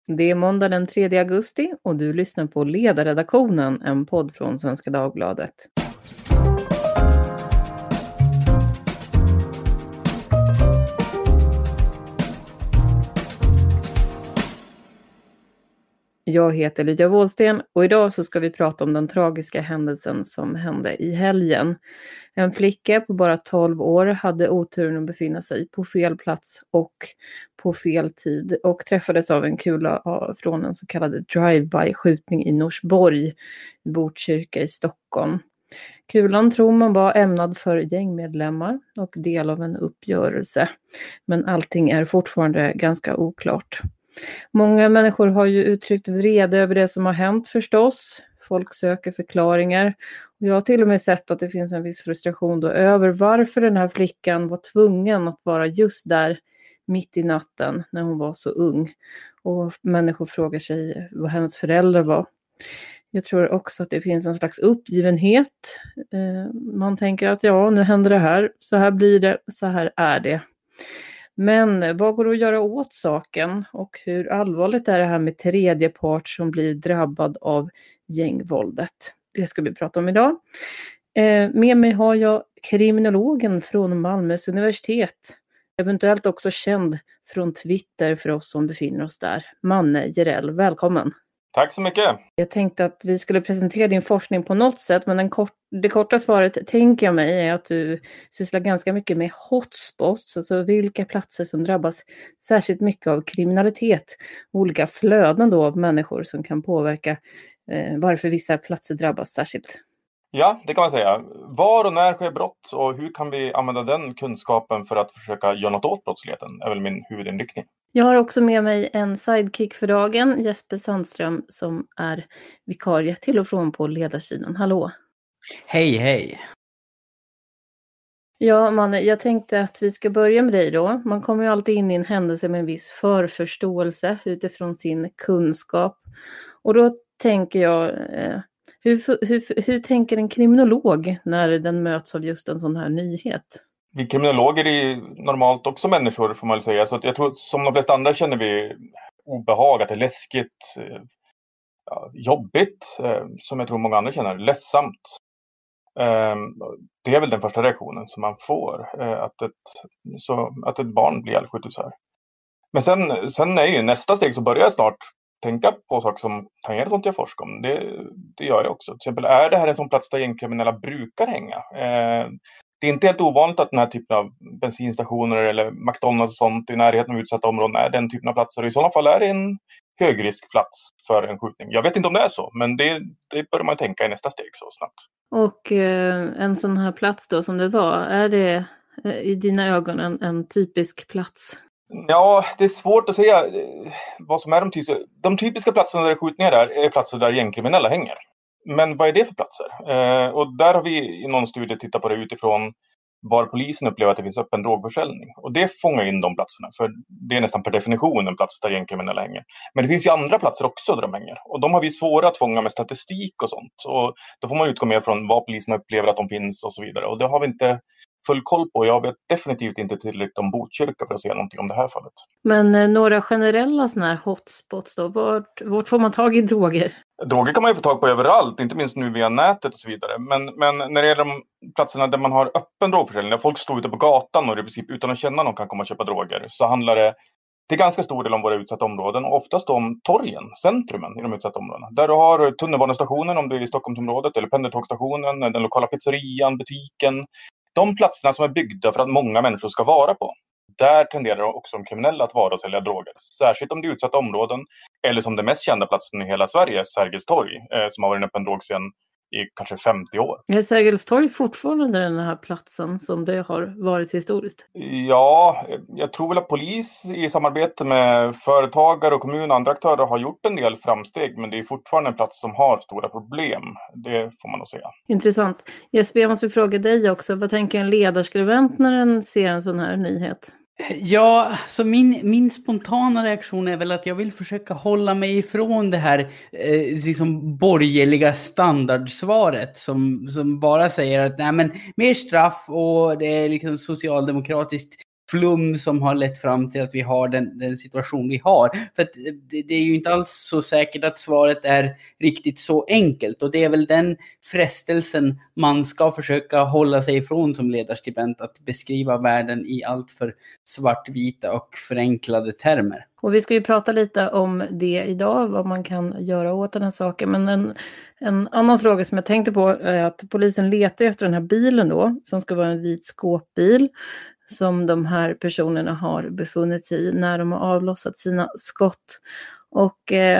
Det är måndag den 3 augusti och du lyssnar på Ledarredaktionen, en podd från Svenska Dagbladet. Jag heter Lydia Wåhlsten och idag så ska vi prata om den tragiska händelsen som hände i helgen. En flicka på bara 12 år hade oturen att befinna sig på fel plats och på fel tid och träffades av en kula från en så kallad drive-by-skjutning i Norsborg, i Botkyrka i Stockholm. Kulan tror man var ämnad för gängmedlemmar och del av en uppgörelse, men allting är fortfarande ganska oklart. Många människor har ju uttryckt vrede över det som har hänt förstås. Folk söker förklaringar. Och jag har till och med sett att det finns en viss frustration då över varför den här flickan var tvungen att vara just där mitt i natten när hon var så ung. Och människor frågar sig vad hennes föräldrar var. Jag tror också att det finns en slags uppgivenhet. Man tänker att ja, nu händer det här. Så här blir det, så här är det. Men vad går det att göra åt saken och hur allvarligt är det här med tredje part som blir drabbad av gängvåldet? Det ska vi prata om idag. Med mig har jag kriminologen från Malmös universitet, eventuellt också känd från Twitter för oss som befinner oss där. Manne Jerell, välkommen. Tack så mycket. Jag tänkte att vi skulle presentera din forskning på något sätt, men det korta svaret tänker jag mig är att du sysslar ganska mycket med hotspots, alltså vilka platser som drabbas särskilt mycket av kriminalitet, olika flöden då av människor som kan påverka varför vissa platser drabbas särskilt. Ja, det kan man säga. Var och när sker brott och hur kan vi använda den kunskapen för att försöka göra något åt brottsligheten är väl min huvudinriktning. Jag har också med mig en sidekick för dagen, Jesper Sandström, som är vikarie till och från på ledarsidan. Hallå! Hej, hej! Ja, Manne, jag tänkte att vi ska börja med dig då. Man kommer ju alltid in i en händelse med en viss förförståelse utifrån sin kunskap. Och då tänker jag, hur tänker en kriminolog när den möts av just en sån här nyhet? Vi kriminologer är normalt också människor får man väl säga. Så att jag tror som de flesta andra känner vi obehag, att det är läskigt, jobbigt, som jag tror många andra känner, ledsamt. Det är väl den första reaktionen som man får, att ett barn blir ihjälskjutet så här. Men sen är ju nästa steg så börjar jag snart tänka på saker som tangerar sånt jag forskar om. Det gör jag också. Till exempel, är det här en sån plats där gängkriminella brukar hänga? Det är inte helt ovanligt att den här typen av bensinstationer eller McDonalds och sånt i närheten av utsatta områden är den typen av platser. I sådana fall är det en högriskplats för en skjutning. Jag vet inte om det är så, men det börjar man tänka i nästa steg så snabbt. Och en sån här plats då som det var, är det i dina ögon en typisk plats? Ja, det är svårt att säga vad som är de typiska platserna där det är skjutningar är platser där gängkriminella hänger. Men vad är det för platser? Och där har vi i någon studie tittat på det utifrån var polisen upplever att det finns öppen drogförsäljning. Och det fångar in de platserna, för det är nästan per definition en plats där gängkriminella hänger. Men det finns ju andra platser också där de hänger. Och de har vi svåra att fånga med statistik och sånt. Och då får man utgå mer från vad polisen upplever att de finns och så vidare. Och det har vi inte full koll på. Jag vet definitivt inte tillräckligt om Botkyrka för att säga någonting om det här fallet. Men några generella sådana här hotspots då? Vart får man tag i droger? Droger kan man ju få tag på överallt, inte minst nu via nätet och så vidare. Men när det är de platserna där man har öppen drogförsäljning, där folk står ute på gatan och i princip utan att känna någon kan komma och köpa droger, så handlar det till ganska stor del om våra utsatta områden och oftast om torgen, centrumen i de utsatta områdena. Där du har tunnelbanestationen om du är i Stockholmsområdet, eller pendeltågstationen, den lokala pizzerian, butiken. De platserna som är byggda för att många människor ska vara på. Där tenderar också de kriminella att vara och sälja droger. Särskilt om det är utsatta områden. Eller som den mest kända platsen i hela Sverige, Sergels torg. Som har varit en öppen drogscen i kanske 50 år. Är Sergels torg fortfarande den här platsen som det har varit historiskt? Ja, jag tror väl att polis i samarbete med företagare och kommun och andra aktörer har gjort en del framsteg. Men det är fortfarande en plats som har stora problem. Det får man nog säga. Intressant. Jesper, jag måste fråga dig också. Vad tänker en ledarskribent när den ser en sån här nyhet? Ja, så min spontana reaktion är väl att jag vill försöka hålla mig ifrån det här liksom borgerliga standardsvaret som bara säger att nej, men mer straff och det är liksom socialdemokratiskt flum som har lett fram till att vi har den situation vi har. För att det är ju inte alls så säkert att svaret är riktigt så enkelt, och det är väl den frestelsen man ska försöka hålla sig ifrån som ledarskribent, att beskriva världen i allt för svartvita och förenklade termer. Och vi ska ju prata lite om det idag, vad man kan göra åt den här saken. Men en annan fråga som jag tänkte på är att polisen letar efter den här bilen då, som ska vara en vit skåpbil, som de här personerna har befunnit sig i när de har avlossat sina skott. Och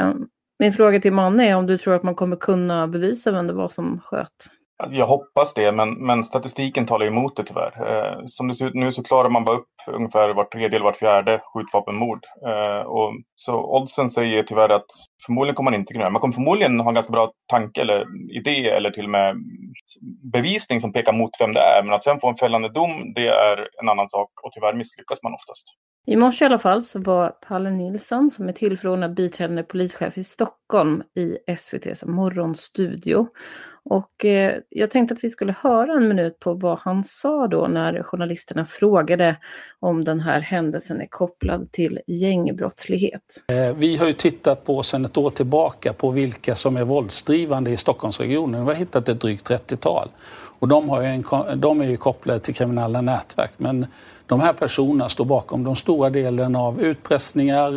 min fråga till Manne är om du tror att man kommer kunna bevisa vem det var som sköt. Jag hoppas det, men statistiken talar emot det tyvärr. Som det ser ut nu så klarar man bara upp ungefär var tredje eller var fjärde skjutvapenmord. Och så oddsen säger tyvärr att förmodligen kommer man inte kunna. Man kommer förmodligen ha en ganska bra tanke eller idé eller till och med bevisning som pekar mot vem det är. Men att sen få en fällande dom, det är en annan sak, och tyvärr misslyckas man oftast. I morse i alla fall så var Palle Nilsson, som är tillförordnad biträdande polischef i Stockholm, i SVT:s morgonstudio. Och jag tänkte att vi skulle höra en minut på vad han sa då när journalisterna frågade om den här händelsen är kopplad till gängbrottslighet. Vi har ju tittat på sedan ett år tillbaka på vilka som är våldsdrivande i Stockholmsregionen. Vi har hittat ett drygt 30-tal. Och de är ju kopplade till kriminella nätverk. Men de här personerna står bakom de stora delen av utpressningar,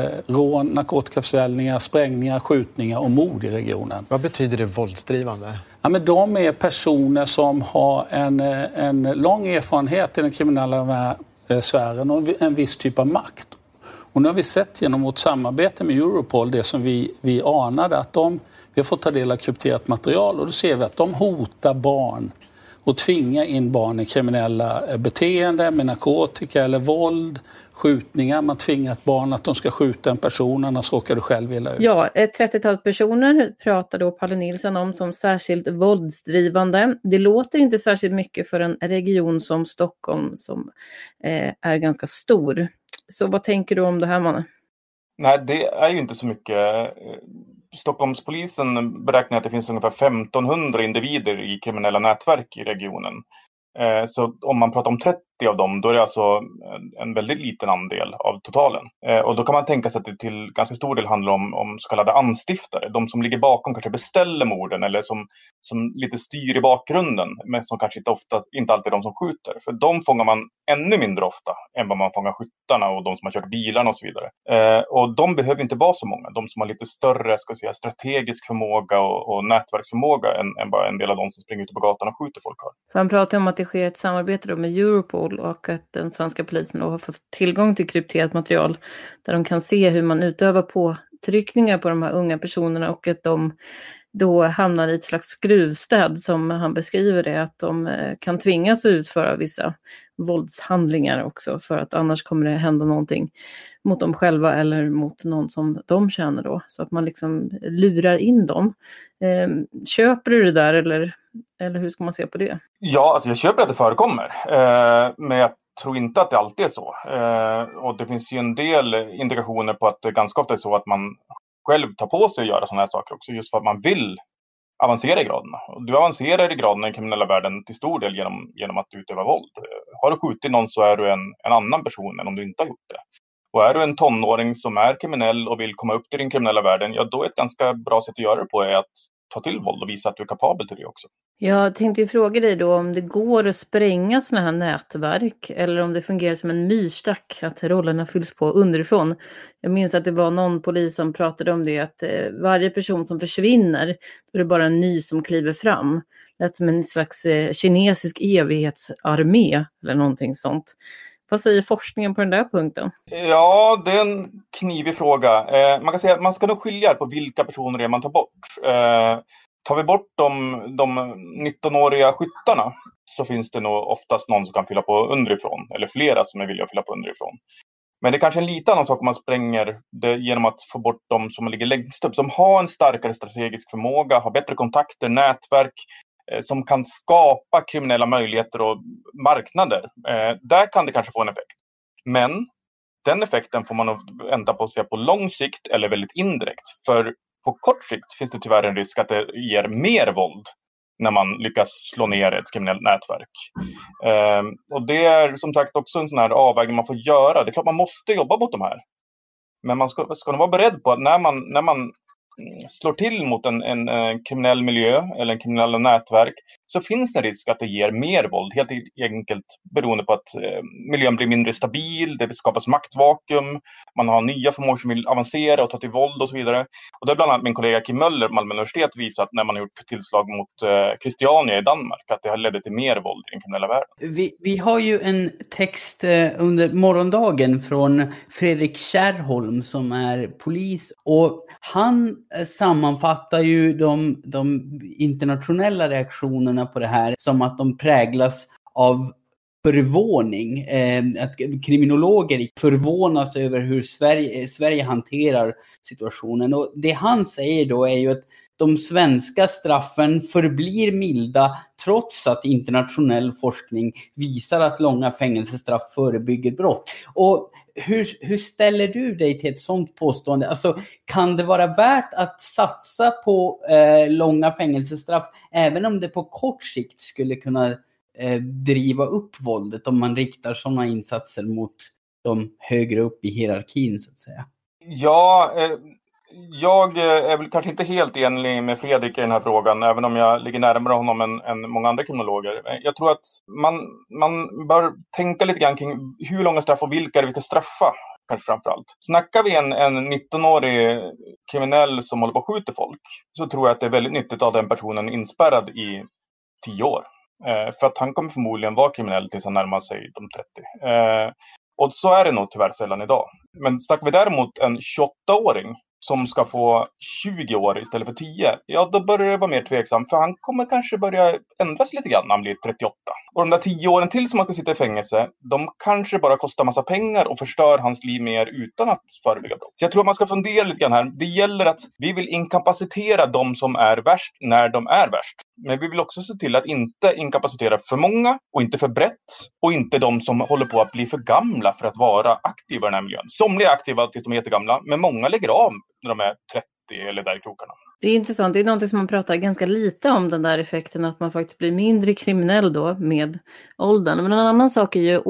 rån, narkotikaförsäljningar, sprängningar, skjutningar och mord i regionen. Vad betyder det våldsdrivande? Ja, men de är personer som har en lång erfarenhet i den kriminella sfären och en viss typ av makt. Och nu har vi sett genom vårt samarbete med Europol det som vi anade, att vi har fått ta del av krypterat material, och då ser vi att de hotar barn och tvingar in barn i kriminella beteenden med narkotika eller våld, skjutningar. Man tvingar ett barn att de ska skjuta en person, annars råkar du själv illa ut. Ja, ett 30-tal personer pratar då Palle Nilsson om som särskilt våldsdrivande. Det låter inte särskilt mycket för en region som Stockholm, som är ganska stor. Så vad tänker du om det här, Manne? Nej, det är ju inte så mycket. Stockholmspolisen beräknar att det finns ungefär 1500 individer i kriminella nätverk i regionen. Så om man pratar om 30 av dem, då är det alltså en väldigt liten andel av totalen. Och då kan man tänka sig att det till ganska stor del handlar om så kallade anstiftare. De som ligger bakom kanske beställer morden, eller som lite styr i bakgrunden, men som kanske inte alltid är de som skjuter. För de fångar man ännu mindre ofta än vad man fångar skyttarna och de som har kört bilarna och så vidare. Och de behöver inte vara så många. De som har lite större, ska säga, strategisk förmåga och nätverksförmåga än bara en del av de som springer ut på gatan och skjuter folk har. För han pratar om att det sker ett samarbete då med Europol, och att den svenska polisen då har fått tillgång till krypterat material där de kan se hur man utövar påtryckningar på de här unga personerna, och att de då hamnar i ett slags skruvstäd, som han beskriver det, att de kan tvingas utföra vissa våldshandlingar också, för att annars kommer det hända någonting mot dem själva eller mot någon som de känner då, så att man liksom lurar in dem. Köper du det där, eller hur ska man se på det? Ja, alltså jag köper att det förekommer, men jag tror inte att det alltid är så. Och det finns ju en del indikationer på att det ganska ofta är så att man själv tar på sig att göra sådana här saker också, just för att man vill avancera i graderna. Och du avancerar i graderna i den kriminella världen till stor del genom att utöva våld. Har du skjutit någon så är du en annan person än om du inte har gjort det. Och är du en tonåring som är kriminell och vill komma upp till den kriminella världen, ja, då är ett ganska bra sätt att göra det på är att ta till våld och visa att du är kapabel till det också. Jag tänkte ju fråga dig då om det går att spränga såna här nätverk, eller om det fungerar som en myrstack, att rollerna fylls på underifrån. Jag minns att det var någon polis som pratade om det, att varje person som försvinner, då är det bara en ny som kliver fram. Det är som en slags kinesisk evighetsarmé eller någonting sånt. Vad säger forskningen på den där punkten? Ja, det är en knivig fråga. Man kan säga att man ska nog skilja på vilka personer det är man tar bort. Tar vi bort de 19-åriga skyttarna, så finns det nog oftast någon som kan fylla på underifrån. Eller flera som är villiga att fylla på underifrån. Men det är kanske en lite annan sak om man spränger det genom att få bort de som ligger längst upp. Som har en starkare strategisk förmåga, har bättre kontakter, nätverk, som kan skapa kriminella möjligheter och marknader. Där kan det kanske få en effekt. Men den effekten får man nog vänta på att se på lång sikt eller väldigt indirekt. För på kort sikt finns det tyvärr en risk att det ger mer våld när man lyckas slå ner ett kriminellt nätverk. Och det är som sagt också en sån här avvägning man får göra. Det är klart man måste jobba mot de här. Men man ska nog vara beredd på att när man slår till mot en kriminell miljö eller en kriminella nätverk, så finns det en risk att det ger mer våld. Helt enkelt beroende på att miljön blir mindre stabil, det skapas maktvakuum, man har nya förmågor som vill avancera och ta till våld och så vidare. Och det är bland annat min kollega Kim Möller, Malmö universitet, visat när man har gjort tillslag mot Christiania i Danmark, att det har lett till mer våld i den kriminella världen. Vi har ju en text under morgondagen från Fredrik Kärrholm som är polis, och han sammanfattar ju de internationella reaktionerna på det här som att de präglas av förvåning. Att kriminologer förvånas över hur Sverige hanterar situationen. Och det han säger då är ju att de svenska straffen förblir milda trots att internationell forskning visar att långa fängelsestraff förebygger brott. Och hur ställer du dig till ett sådant påstående? Alltså, kan det vara värt att satsa på långa fängelsestraff även om det på kort sikt skulle kunna driva upp våldet om man riktar sådana insatser mot de högre upp i hierarkin så att säga? Ja, jag är väl kanske inte helt enig med Fredrik i den här frågan, även om jag ligger närmare honom än många andra kriminologer. Jag tror att man bör tänka lite grann kring hur långa straff och vilka vi ska straffa, kanske framförallt. Snackar vi en 19-årig kriminell som håller på att skjuta folk, så tror jag att det är väldigt nyttigt att den personen inspärrad i 10 år. För att han kommer förmodligen vara kriminell tills han närmar sig de 30. Och så är det nog tyvärr sällan idag. Men snackar vi däremot en 28-åring som ska få 20 år istället för 10, ja då börjar det vara mer tveksamt, för han kommer kanske börja ändras lite grann när han blir 38. Och de där 10 åren till som han ska sitta i fängelse, de kanske bara kostar massa pengar och förstör hans liv mer utan att förebygga brott. Så jag tror att man ska fundera lite grann här. Det gäller att vi vill inkapacitera de som är värst när de är värst. Men vi vill också se till att inte inkapacitera för många och inte för brett och inte de som håller på att bli för gamla för att vara aktiva i den här miljön. Somliga är aktiva tills de är jättegamla, men många lägger av när de är 30 eller där i krokarna. Det är intressant, det är något som man pratar ganska lite om, den där effekten att man faktiskt blir mindre kriminell då med åldern. Men en annan sak är ju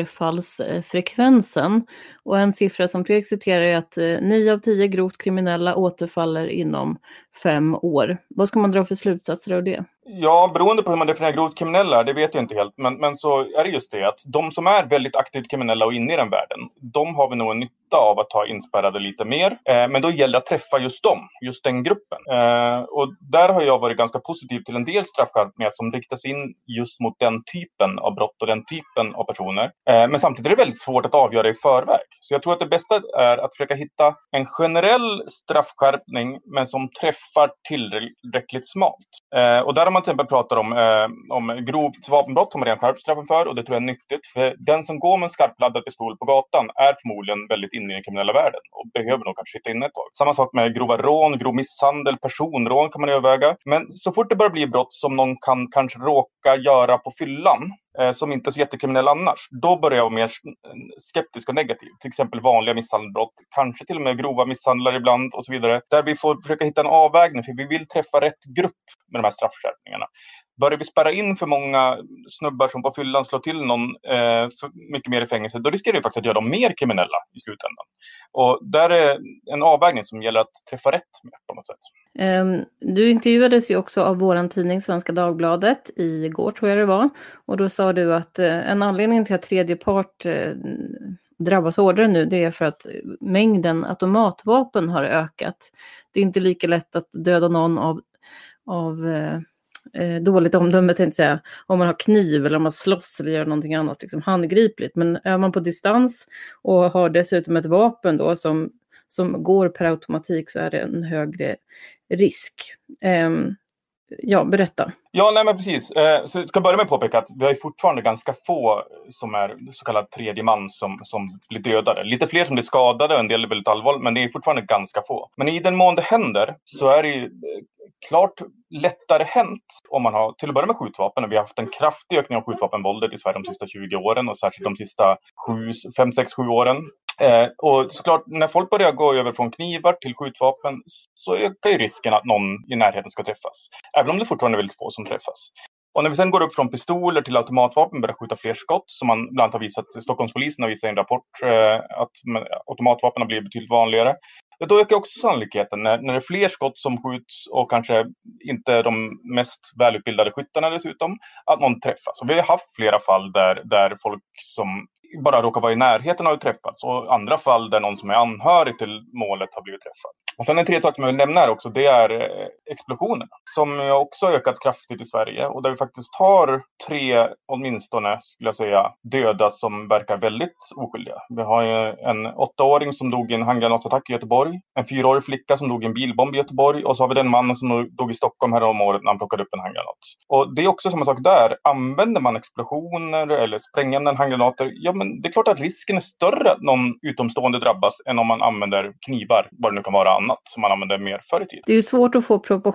återfallsfrekvensen. Och en siffra som Fredrik citerar är att 9 av 10 grovt kriminella återfaller inom 5 år. Vad ska man dra för slutsatser av det? Ja, beroende på hur man definierar grovt kriminella, det vet jag inte helt. Men så är det just det att de som är väldigt aktivt kriminella och inne i den världen, de har vi nog en nytta av att ha inspärrade lite mer. Men då gäller det att träffa just dem, just den gruppen. Och där har jag varit ganska positiv till en del straffskärpningar som riktas in just mot den typen av brott och den typen av personer. Men samtidigt är det väldigt svårt att avgöra i förväg. Så jag tror att det bästa är att försöka hitta en generell straffskärpning men som träffar tillräckligt smalt. Och där har man till exempel pratat om grovt vapenbrott som man redan skärpt straffen för, och det tror jag är nyttigt. För den som går med en skarpladdad pistol på gatan är förmodligen väldigt inne i den kriminella världen och behöver nog kanske sitta inne ett tag. Samma sak med grova rån, grov misshandel, personrån kan man överväga. Men så fort det börjar bli brott som någon kan kanske råka göra på fyllan, som inte är så jättekriminell annars, då börjar jag vara mer skeptisk och negativ. Till exempel vanliga misshandelsbrott, kanske till och med grova misshandlar ibland och så vidare. Där vi får försöka hitta en avvägning, för vi vill träffa rätt grupp med de här straffskärpningarna. Börjar vi spärra in för många snubbar som på fyllan slår till någon för mycket mer i fängelse, då riskerar vi faktiskt att göra dem mer kriminella i slutändan. Och där är en avvägning som gäller att träffa rätt med på något sätt. Du intervjuades ju också av våran tidning Svenska Dagbladet igår, tror jag det var. Och då sa du att en anledning till att tredje part drabbas hårdare nu, det är för att mängden automatvapen har ökat. Det är inte lika lätt att döda någon av dåligt omdöme, tänkte säga, om man har kniv eller om man slåss eller gör någonting annat liksom handgripligt. Men är man på distans och har dessutom ett vapen då som går per automatik, så är det en högre risk. Ja, berätta. Ja, nej men precis. Så jag ska börja med att påpeka att vi har ju fortfarande ganska få som är så kallad tredje man som blir dödade. Lite fler som blir skadade och en del är väldigt allvarligt, men det är fortfarande ganska få. Men i den mån det händer så är det ju klart lättare hänt om man har till att börja med skjutvapen. Vi har haft en kraftig ökning av skjutvapenvåldet i Sverige de sista 20 åren och särskilt de sista 5, 6, 7 åren. Och såklart, när folk börjar gå över från knivar till skjutvapen så ökar ju risken att någon i närheten ska träffas. Även om det fortfarande är väldigt få som träffas. Och när vi sen går upp från pistoler till automatvapen börjar skjuta fler skott, som man bland annat har visat, Stockholmspolisen har visat i en rapport att automatvapen har blivit betydligt vanligare. Då ökar också sannolikheten när det är fler skott som skjuts och kanske inte de mest välutbildade skyttarna dessutom, att någon träffas. Och vi har haft flera fall där folk som bara råkar vara i närheten har träffats och andra fall där någon som är anhörig till målet har blivit träffad. Och sen en tredje sak som jag vill nämna här också, det är explosionerna som också har ökat kraftigt i Sverige och där vi faktiskt har 3 åtminstone skulle jag säga döda som verkar väldigt oskyldiga. Vi har en 8-åring som dog i en handgranatsattack i Göteborg, en 4-årig flicka som dog i en bilbomb i Göteborg och så har vi den mannen som dog i Stockholm här om året när han plockade upp en handgranat. Och det är också samma sak där. Använder man explosioner eller sprängämnen, handgranater, ja men det är klart att risken är större att någon utomstående drabbas än om man använder knivar, vad det nu kan vara annat som man använder mer förr i tiden. Det är ju svårt att få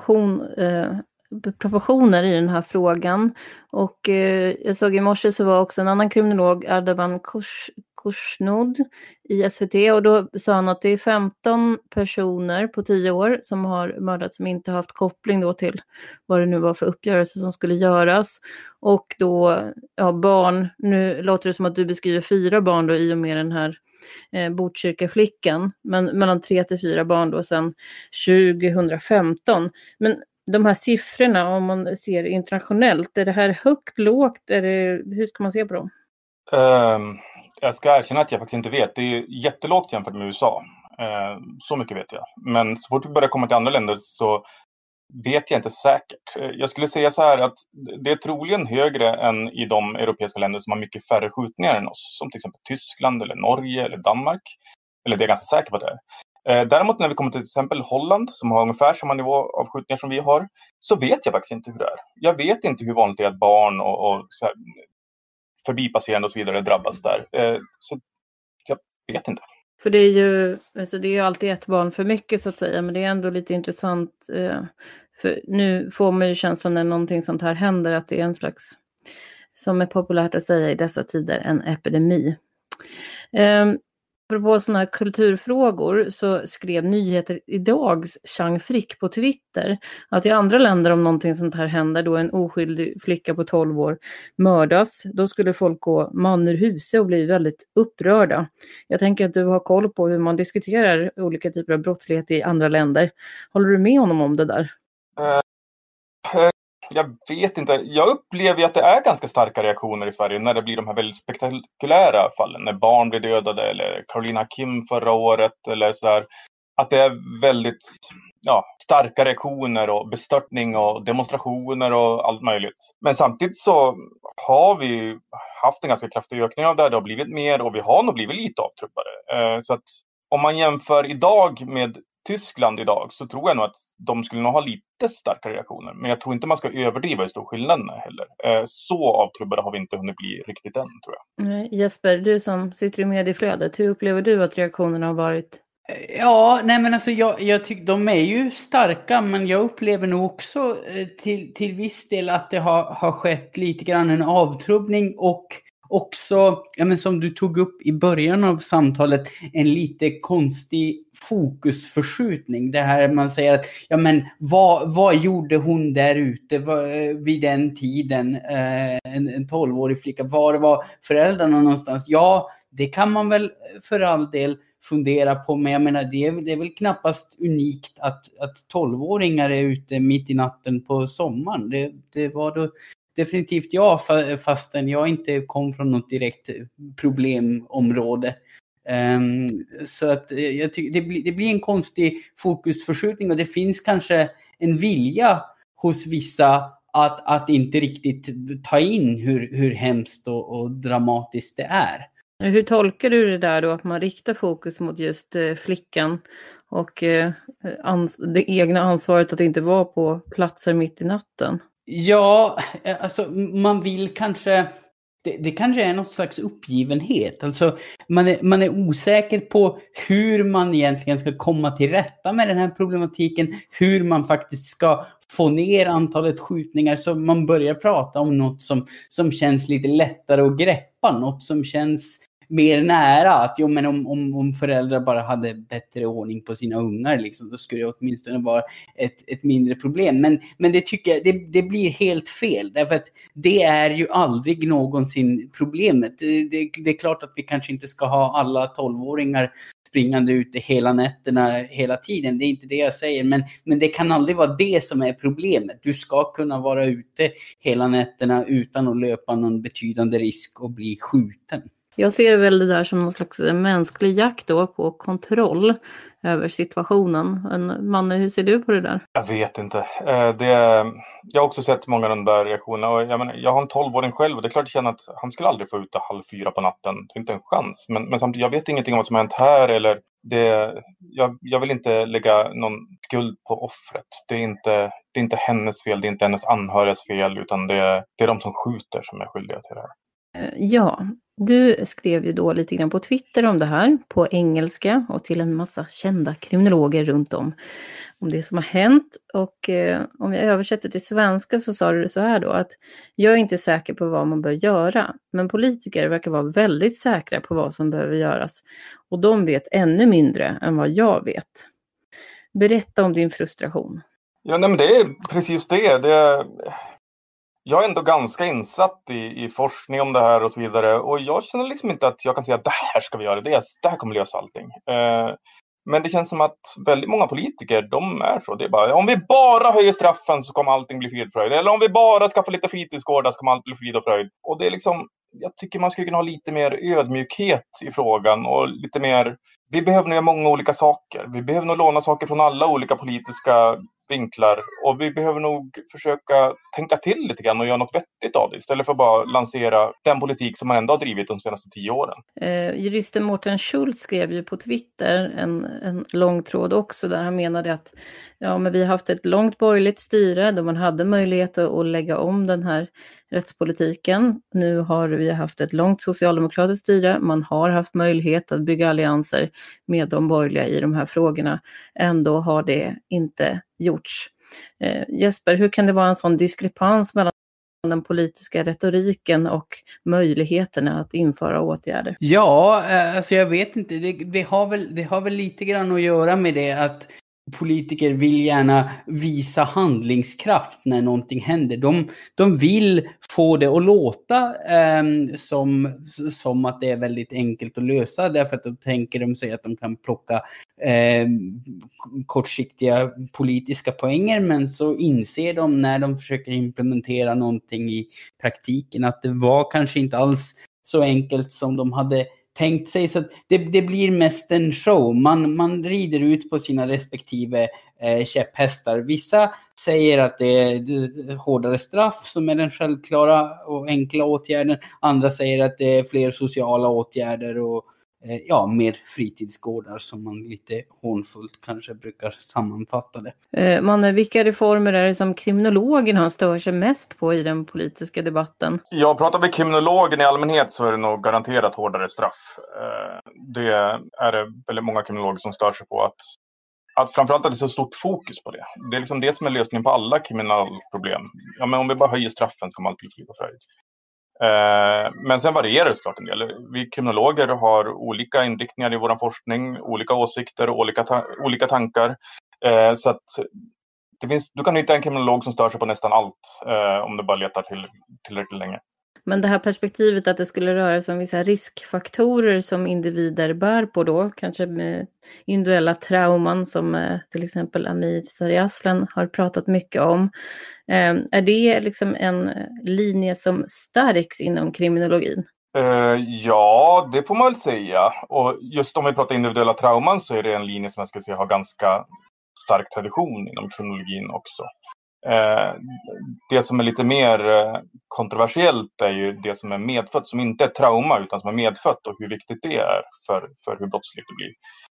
proportioner i den här frågan. Och jag såg i morse så var också en annan kriminolog, Erdogan Korsnod i SVT, och då sa han att det är 15 personer på 10 år som har mördats som inte haft koppling då till vad det nu var för uppgörelse som skulle göras. Och då, ja, barn, nu låter det som att du beskriver 4 barn då i och med den här Botkyrka-flickan, men mellan 3 till 4 barn då sedan 2015. Men de här siffrorna, om man ser internationellt, är det här högt, lågt? Hur ska man se på dem? Jag ska erkänna att jag faktiskt inte vet. Det är jättelågt jämfört med USA. Så mycket vet jag. Men så fort vi börjar komma till andra länder så vet jag inte säkert. Jag skulle säga så här att det är troligen högre än i de europeiska länder som har mycket färre skjutningar än oss. Som till exempel Tyskland eller Norge eller Danmark. Eller det är ganska säker på det. Däremot när vi kommer till exempel Holland som har ungefär samma nivå av skjutningar som vi har, så vet jag faktiskt inte hur det är. Jag vet inte hur vanligt det är att barn och så här, förbipasserande och så vidare drabbas där. Så jag vet inte. För det är ju alltid ett barn för mycket så att säga, men det är ändå lite intressant. För nu får man ju känslan när någonting sånt här händer att det är en slags, som är populärt att säga i dessa tider, en epidemi. På sådana här kulturfrågor så skrev Nyheter Idags Chang Frick på Twitter att i andra länder om någonting sånt här händer, då en oskyldig flicka på 12 år mördas, då skulle folk gå man ur huset och bli väldigt upprörda. Jag tänker att du har koll på hur man diskuterar olika typer av brottslighet i andra länder. Håller du med honom om det där? Jag vet inte. Jag upplever att det är ganska starka reaktioner i Sverige när det blir de här väldigt spektakulära fallen. När barn blir dödade eller Carolina Kim förra året eller sådär. Att det är väldigt starka reaktioner och bestörtning och demonstrationer och allt möjligt. Men samtidigt så har vi haft en ganska kraftig ökning av det. Det har blivit mer och vi har nog blivit lite avtrubbade. Så att om man jämför idag med Tyskland idag så tror jag nog att de skulle nog ha lite starkare reaktioner. Men jag tror inte man ska överdriva hur stor skillnaden är heller. Så avtrubbade har vi inte hunnit bli riktigt än, tror jag. Jesper, du som sitter i medieflödet, hur upplever du att reaktionerna har varit? Ja, nej men alltså jag tycker de är ju starka, men jag upplever nog också till viss del att det har skett lite grann en avtrubbning och också, som du tog upp i början av samtalet, en lite konstig fokusförskjutning. Det här man säger att, vad gjorde hon där ute vid den tiden? En 12-årig flicka, var föräldrarna någonstans? Ja, det kan man väl för all del fundera på, men jag menar, det är väl knappast unikt att 12-åringar är ute mitt i natten på sommaren. Det var då definitivt jag, fastän jag inte kom från något direkt problemområde. Så att jag tycker det blir en konstig fokusförskjutning, och det finns kanske en vilja hos vissa att inte riktigt ta in hur hemskt och dramatiskt det är. Hur tolkar du det där då, att man riktar fokus mot just flickan och det egna ansvaret att inte vara på platser mitt i natten? Ja, alltså man vill kanske... det kanske är något slags uppgivenhet. Alltså man är osäker på hur man egentligen ska komma till rätta med den här problematiken, hur man faktiskt ska få ner antalet skjutningar, så man börjar prata om något som känns lite lättare att greppa, något som känns mer nära, att jo, men om föräldrar bara hade bättre ordning på sina ungar liksom, då skulle det åtminstone vara ett mindre problem. Men det tycker jag, det blir helt fel, därför att det är ju aldrig någonsin problemet. Det är klart att vi kanske inte ska ha alla 12-åringar springande ute hela nätterna hela tiden, det är inte det jag säger, men det kan aldrig vara det som är problemet. Du ska kunna vara ute hela nätterna utan att löpa någon betydande risk att bli skjuten. Jag ser väl det där som någon slags mänsklig jakt då på kontroll över situationen. Men Manne, hur ser du på det där? Jag vet inte. Jag har också sett många av de där reaktionerna. Och jag har en 12-åring själv och det är klart jag känner att han skulle aldrig få ut 3:30 på natten. Det är inte en chans. Men samtidigt, jag vet ingenting om vad som har hänt här. Eller jag vill inte lägga någon skuld på offret. Det är inte hennes fel, det är inte hennes anhörigas fel. Utan det är de som skjuter som är skyldiga till det här. Ja, du skrev ju då lite grann på Twitter om det här på engelska och till en massa kända kriminologer runt om det som har hänt. Och om jag översätter till svenska så sa du så här då, att jag är inte säker på vad man bör göra, men politiker verkar vara väldigt säkra på vad som behöver göras och de vet ännu mindre än vad jag vet. Berätta om din frustration. Ja, nej, men det är precis det. Jag är ändå ganska insatt i forskning om det här och så vidare. Och jag känner liksom inte att jag kan säga att det här ska vi göra. Det här kommer lösa allting. Men det känns som att väldigt många politiker, de är så. Det är bara, om vi bara höjer straffen så kommer allting bli frid och fröjd. Eller om vi bara skaffar lite fritidsgårdar så kommer allt bli frid och fröjd. Och det är liksom, jag tycker man skulle kunna ha lite mer ödmjukhet i frågan. Och lite mer, vi behöver nog göra många olika saker. Vi behöver nog låna saker från alla olika politiska vinklar. Och vi behöver nog försöka tänka till lite grann och göra något vettigt av det. Istället för att bara lansera den politik som man ändå har drivit de senaste 10 åren. Juristen Mårten Schultz skrev ju på Twitter en lång tråd också där han menade att men vi har haft ett långt borgerligt styre då man hade möjlighet att lägga om den här rättspolitiken. Nu har vi haft ett långt socialdemokratiskt styre. Man har haft möjlighet att bygga allianser med de borgerliga i de här frågorna. Ändå har det inte gjorts. Jesper, hur kan det vara en sån diskrepans mellan den politiska retoriken och möjligheterna att införa åtgärder? Ja, alltså jag vet inte. Det har väl lite grann att göra med det att politiker vill gärna visa handlingskraft när någonting händer. De vill få det att låta som att det är väldigt enkelt att lösa, därför att då tänker de sig att de kan plocka kortsiktiga politiska poänger, men så inser de när de försöker implementera någonting i praktiken att det var kanske inte alls så enkelt som de hade tänkt sig, så att det blir mest en show. Man rider ut på sina respektive käpphästar. Vissa säger att det är hårdare straff som är den självklara och enkla åtgärden. Andra säger att det är fler sociala åtgärder och mer fritidsgårdar, som man lite hånfullt kanske brukar sammanfatta det. Vilka reformer är det som kriminologen han stör sig mest på i den politiska debatten? Jag pratar med kriminologen i allmänhet så är det nog garanterat hårdare straff. Det är det väldigt många kriminologer som stör sig på, att framförallt att det är så stort fokus på det. Det är liksom det som är lösningen på alla kriminalproblem. Ja, men om vi bara höjer straffen så kommer allt bli frid och fröjd. Men sen varierar det såklart en del. Vi kriminologer har olika inriktningar i vår forskning, olika åsikter och olika tankar. Så att du kan hitta en kriminolog som stör sig på nästan allt om du bara letar tillräckligt länge. Men det här perspektivet att det skulle röra sig om vissa riskfaktorer som individer bär på då, kanske med individuella trauman som till exempel Amir Sariaslan har pratat mycket om. Är det liksom en linje som stärks inom kriminologin? Ja, det får man väl säga. Och just om vi pratar individuella trauman så är det en linje som jag ska säga har ganska stark tradition inom kriminologin också. Det som är lite mer kontroversiellt är ju det som är medfött, som inte är trauma utan som är medfött, och hur viktigt det är för hur brottsligt det blir.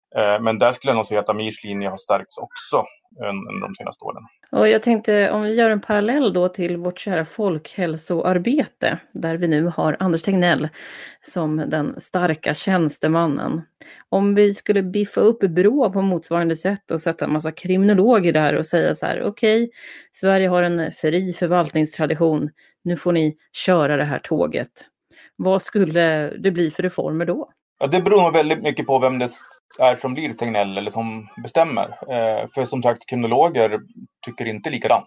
Men där skulle jag nog säga att Amirs linje har stärkts också under de senaste åren. Och jag tänkte om vi gör en parallell då till vårt kära folkhälsoarbete, där vi nu har Anders Tegnell som den starka tjänstemannen. Om vi skulle biffa upp Brå på motsvarande sätt och sätta en massa kriminologer där och säga så här: okej, Sverige har en fri förvaltningstradition, nu får ni köra det här tåget. Vad skulle det bli för reformer då? Ja, det beror nog väldigt mycket på vem det är som blir Tegnell eller som bestämmer. För som sagt, kriminologer tycker inte likadant.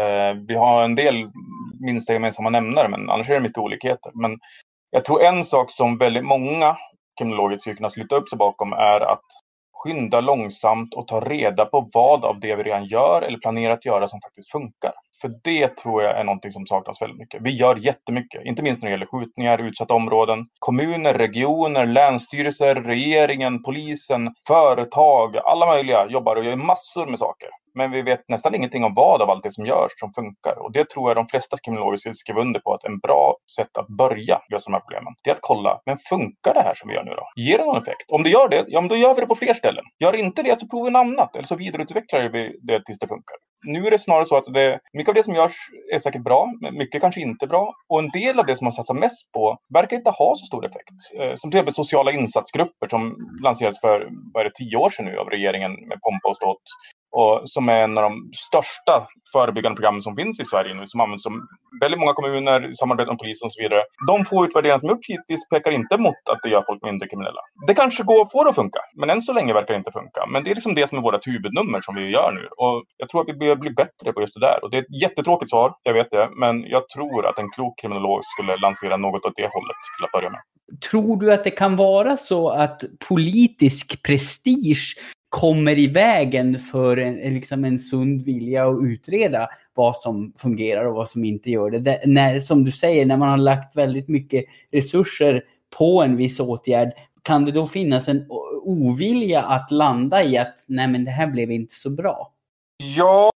Vi har en del minsta gemensamma nämnare, men annars är det mycket olikheter. Men jag tror en sak som väldigt många kriminologer skulle kunna sluta upp sig bakom är att skynda långsamt och ta reda på vad av det vi redan gör eller planerar att göra som faktiskt funkar. För det tror jag är någonting som saknas väldigt mycket. Vi gör jättemycket, inte minst när det gäller skjutningar, utsatta områden. Kommuner, regioner, länsstyrelser, regeringen, polisen, företag, alla möjliga jobbar och gör massor med saker. Men vi vet nästan ingenting om vad av allt det som görs som funkar. Och det tror jag de flesta kriminologer skulle skriva under på att en bra sätt att börja lösa de här problemen. Det är att kolla, men funkar det här som vi gör nu då? Ger det någon effekt? Om det gör det, ja men då gör vi det på fler ställen. Gör inte det så provar vi något annat. Eller så vidareutvecklar vi det tills det funkar. Nu är det snarare så att mycket av det som görs är säkert bra, men mycket kanske inte bra. Och en del av det som man satsar mest på verkar inte ha så stor effekt. Som till exempel sociala insatsgrupper som lanserades för 10 år sedan nu av regeringen med pompa och ståt. Och som är en av de största förebyggande programmen som finns i Sverige nu, som används som väldigt många kommuner, samarbete med polisen och så vidare. De få utvärderingar som gjorts hittills pekar inte mot att det gör folk mindre kriminella. Det kanske får att funka, men än så länge verkar det inte funka. Men det är liksom det som är vårt huvudnummer som vi gör nu. Och jag tror att vi behöver bli bättre på just det där. Och det är ett jättetråkigt svar, jag vet det. Men jag tror att en klok kriminolog skulle lansera något åt det hållet till att börja med. Tror du att det kan vara så att politisk prestige kommer i vägen för en sund vilja att utreda vad som fungerar och vad som inte gör det? När, som du säger, när man har lagt väldigt mycket resurser på en viss åtgärd, kan det då finnas en ovilja att landa i att nej men det här blev inte så bra? Ja,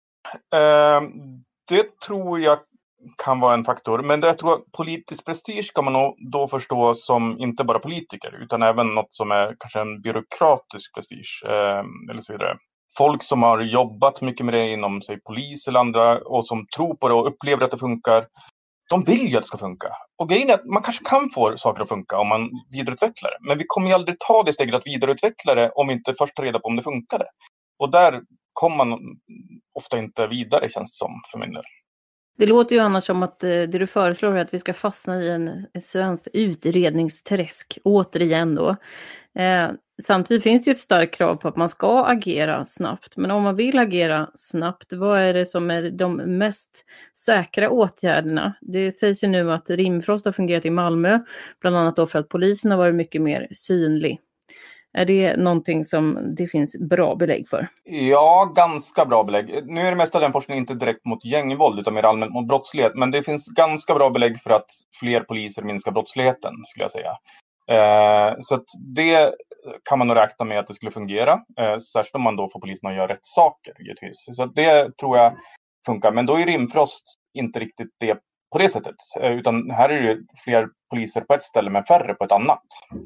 det tror jag kan vara en faktor. Men jag tror att politisk prestige kan man nog då förstå som inte bara politiker utan även något som är kanske en byråkratisk prestige eller så vidare. Folk som har jobbat mycket med det inom sig polis eller andra och som tror på det och upplever att det funkar, de vill ju att det ska funka. Och grejen är att man kanske kan få saker att funka om man vidareutvecklar det. Men vi kommer ju aldrig ta det steget att vidareutveckla det om vi inte först tar reda på om det funkar. Och där kommer man ofta inte vidare, känns det som för min del. Det låter ju annars som att det du föreslår är att vi ska fastna i ett svenskt utredningsträsk, återigen då. Samtidigt finns det ju ett starkt krav på att man ska agera snabbt. Men om man vill agera snabbt, vad är det som är de mest säkra åtgärderna? Det sägs ju nu att Rimfrost har fungerat i Malmö, bland annat då för att polisen har varit mycket mer synlig. Är det någonting som det finns bra belägg för? Ja, ganska bra belägg. Nu är det mesta av den forskningen inte direkt mot gängvåld utan mer allmänt mot brottslighet. Men det finns ganska bra belägg för att fler poliser minskar brottsligheten, skulle jag säga. Så att det kan man nog räkna med att det skulle fungera. Särskilt om man då får polisen att göra rätt saker, givetvis. Så det tror jag funkar. Men då är Rimfrost inte riktigt det på det sättet. Utan här är det fler poliser på ett ställe men färre på ett annat.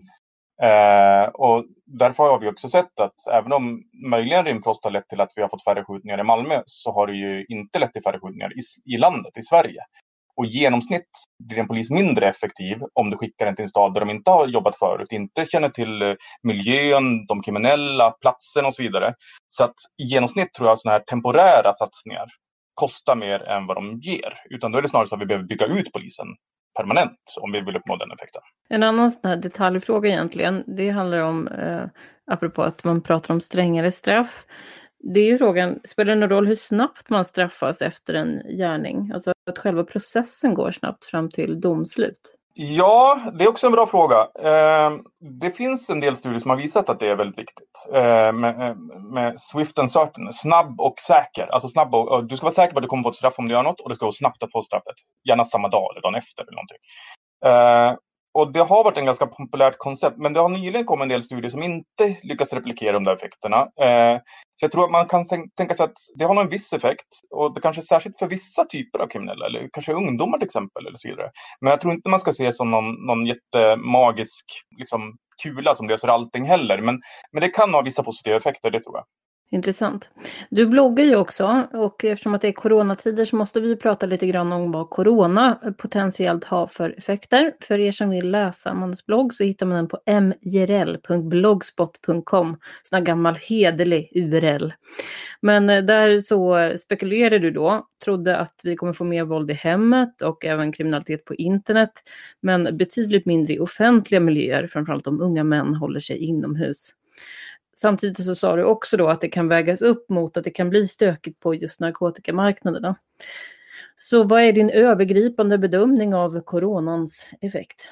Och därför har vi också sett att även om möjligen Rimfrost har lett till att vi har fått färre skjutningar i Malmö, så har det ju inte lett till färre skjutningar i landet, i Sverige. Och i genomsnitt blir en polis mindre effektiv om du skickar den till en stad där de inte har jobbat förut, inte känner till miljön, de kriminella, platsen och så vidare. Så att i genomsnitt tror jag sådana här temporära satsningar kostar mer än vad de ger. Utan då är det snarare så att vi behöver bygga ut polisen permanent om vi vill uppnå den effekten. En annan sån här detaljfråga egentligen, det handlar om, apropå att man pratar om strängare straff. Det är ju frågan, spelar det någon roll hur snabbt man straffas efter en gärning? Alltså att själva processen går snabbt fram till domslut? Ja, det är också en bra fråga. Det finns en del studier som har visat att det är väldigt viktigt. Med swift and certain, snabb och säker. Alltså snabb och, du ska vara säker på att du kommer få ett straff om du gör något och det ska gå snabbt att få straffet. Gärna samma dag eller dagen efter eller någonting. Och det har varit en ganska populärt koncept, men det har nyligen kommit en del studier som inte lyckas replikera de där effekterna. Så jag tror att man kan tänka sig att det har någon viss effekt, och det kanske är särskilt för vissa typer av kriminella, eller kanske ungdomar till exempel, eller så vidare. Men jag tror inte man ska se som någon jättemagisk liksom, kula som löser allting heller. Men det kan ha vissa positiva effekter, det tror jag. Intressant. Du bloggar ju också, och eftersom att det är coronatider så måste vi prata lite grann om vad corona potentiellt har för effekter. För er som vill läsa Mannes blogg så hittar man den på mjrl.blogspot.com, sån här gammal hederlig URL. Men där så spekulerar du då, trodde att vi kommer få mer våld i hemmet och även kriminalitet på internet, men betydligt mindre i offentliga miljöer, framförallt om unga män håller sig inomhus. Samtidigt så sa du också då att det kan vägas upp mot att det kan bli stökigt på just narkotikamarknaderna. Så vad är din övergripande bedömning av coronans effekt?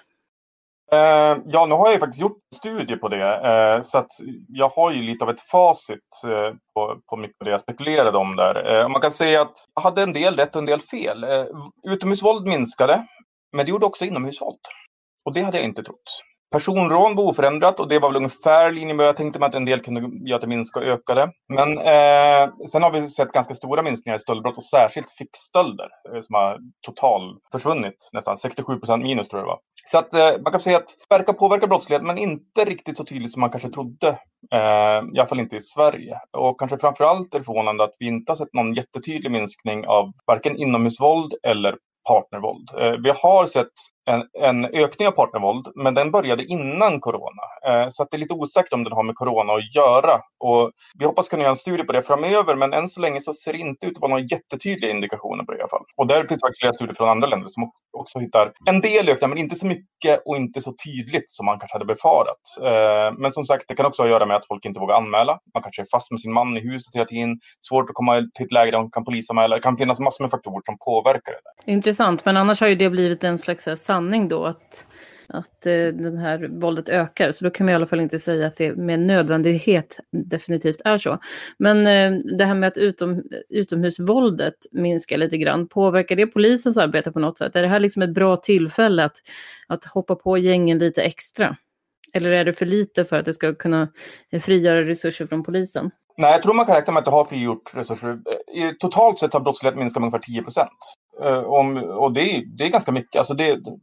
Ja, nu har jag faktiskt gjort studier på det. Så att jag har ju lite av ett facit på mycket av det jag spekulerade om där. Man kan säga att jag hade en del rätt och en del fel. Utomhusvåld minskade, men det gjorde också inomhusvåld. Och det hade jag inte trott. Personrån var oförändrat, och det var väl ungefär linje med jag tänkte mig att en del kunde göra att det minskade och ökade. Men sen har vi sett ganska stora minskningar i stöldbrott, och särskilt fickstölder som har total försvunnit. Nästan 67% minus tror jag det var. Så att man kan säga att det verkar påverka brottslighet, men inte riktigt så tydligt som man kanske trodde. I alla fall inte i Sverige. Och kanske framförallt är det förvånande att vi inte har sett någon jättetydlig minskning av varken inomhusvåld eller partnervåld. Vi har sett en ökning av partnervåld, men den började innan corona. Så att det är lite osäkert om den har med corona att göra. Och vi hoppas kunna göra en studie på det framöver, men än så länge så ser det inte ut att vara några jättetydliga indikationer på det i alla fall. Och där finns faktiskt flera studier från andra länder som också hittar en del ökningar, men inte så mycket och inte så tydligt som man kanske hade befarat. Men som sagt, det kan också ha att göra med att folk inte vågar anmäla. Man kanske är fast med sin man i huset hela tiden. Svårt att komma till ett läge där man kan polisanmäla. Det kan finnas massor med faktorer som påverkar det där. Intressant, men annars har ju det blivit en slags sanning då att den här våldet ökar. Så då kan vi i alla fall inte säga att det med nödvändighet definitivt är så. Men det här med att utomhusvåldet minskar lite grann, påverkar det polisens arbete på något sätt? Är det här liksom ett bra tillfälle att hoppa på gängen lite extra? Eller är det för lite för att det ska kunna frigöra resurser från polisen? Nej, jag tror man kan räkna med att det har frigjort resurser. Totalt sett har brottslighet minskat med ungefär 10%. Och det är ganska mycket. Alltså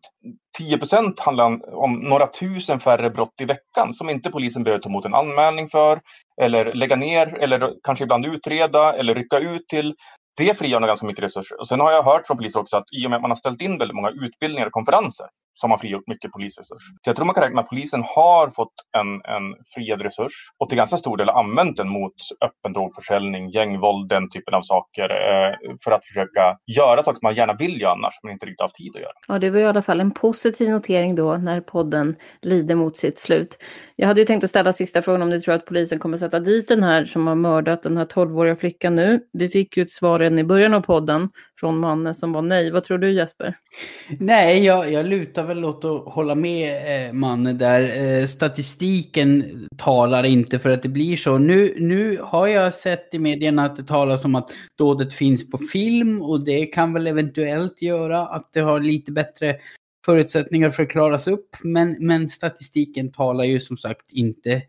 10% handlar om några tusen färre brott i veckan som inte polisen behöver ta emot en anmälning för, eller lägga ner, eller kanske ibland utreda, eller rycka ut till. Det frigör ganska mycket resurser. Och sen har jag hört från poliser också att i och med att man har ställt in väldigt många utbildningar och konferenser som har frigjort mycket polisresurser. Så jag tror man kan räkna med att polisen har fått en friad resurs och till ganska stor del använt den mot öppen drogförsäljning, gängvåld, den typen av saker för att försöka göra saker man gärna vill göra annars men inte riktigt haft tid att göra. Ja, det var i alla fall en positiv notering då när podden lider mot sitt slut. Jag hade ju tänkt att ställa sista frågan om du tror att polisen kommer sätta dit den här som har mördat den här 12-åriga flickan nu. Vi fick ju ett svar i början av podden från mannen som var nej. Vad tror du, Jesper? Nej, jag lutar väl åt att hålla med mannen där. Statistiken talar inte för att det blir så. Nu har jag sett i medierna att det talas om att dådet finns på film och det kan väl eventuellt göra att det har lite bättre förutsättningar för att klaras upp. Men statistiken talar ju som sagt inte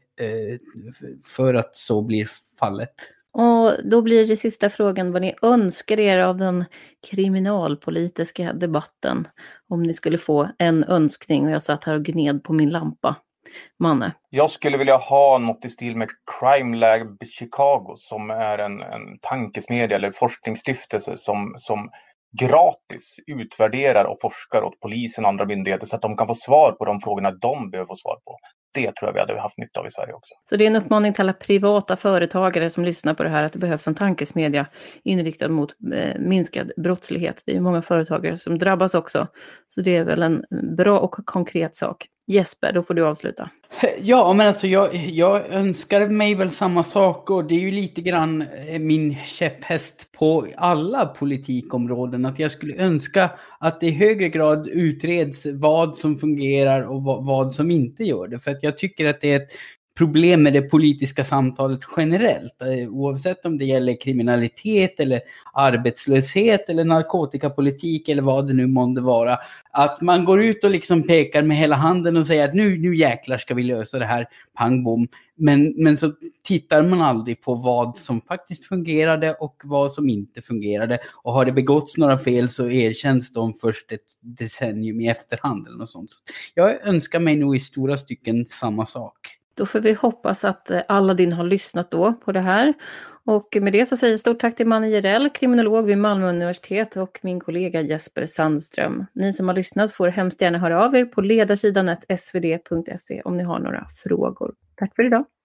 för att så blir fallet. Och då blir det sista frågan vad ni önskar er av den kriminalpolitiska debatten. Om ni skulle få en önskning och jag satt här och gned på min lampa. Manne? Jag skulle vilja ha något i stil med Crime Lab Chicago som är en tankesmedja eller forskningsstiftelse som gratis utvärderar och forskar åt polisen och andra myndigheter så att de kan få svar på de frågorna de behöver få svar på. Det tror jag vi hade haft nytta av i Sverige också. Så det är en uppmaning till alla privata företagare som lyssnar på det här att det behövs en tankesmedja inriktad mot minskad brottslighet. Det är många företagare som drabbas också. Så det är väl en bra och konkret sak. Jesper, då får du avsluta. Ja, men alltså jag önskar mig väl samma sak och det är ju lite grann min käpphäst på alla politikområden att jag skulle önska att det i högre grad utreds vad som fungerar och vad som inte gör det. För att jag tycker att det är ett problem med det politiska samtalet generellt. Oavsett om det gäller kriminalitet eller arbetslöshet eller narkotikapolitik eller vad det nu månde vara. Att man går ut och liksom pekar med hela handen och säger att nu jäklar ska vi lösa det här, pang bom. Men så tittar man aldrig på vad som faktiskt fungerade och vad som inte fungerade. Och har det begåtts några fel så erkänns de först ett decennium i efterhand eller något sånt. Jag önskar mig nog i stora stycken samma sak. Då får vi hoppas att Aladdin har lyssnat då på det här. Och med det så säger jag stort tack till Manne Jerell, kriminolog vid Malmö universitet, och min kollega Jesper Sandström. Ni som har lyssnat får hemskt gärna höra av er på ledarsidan svd.se om ni har några frågor. Tack för idag.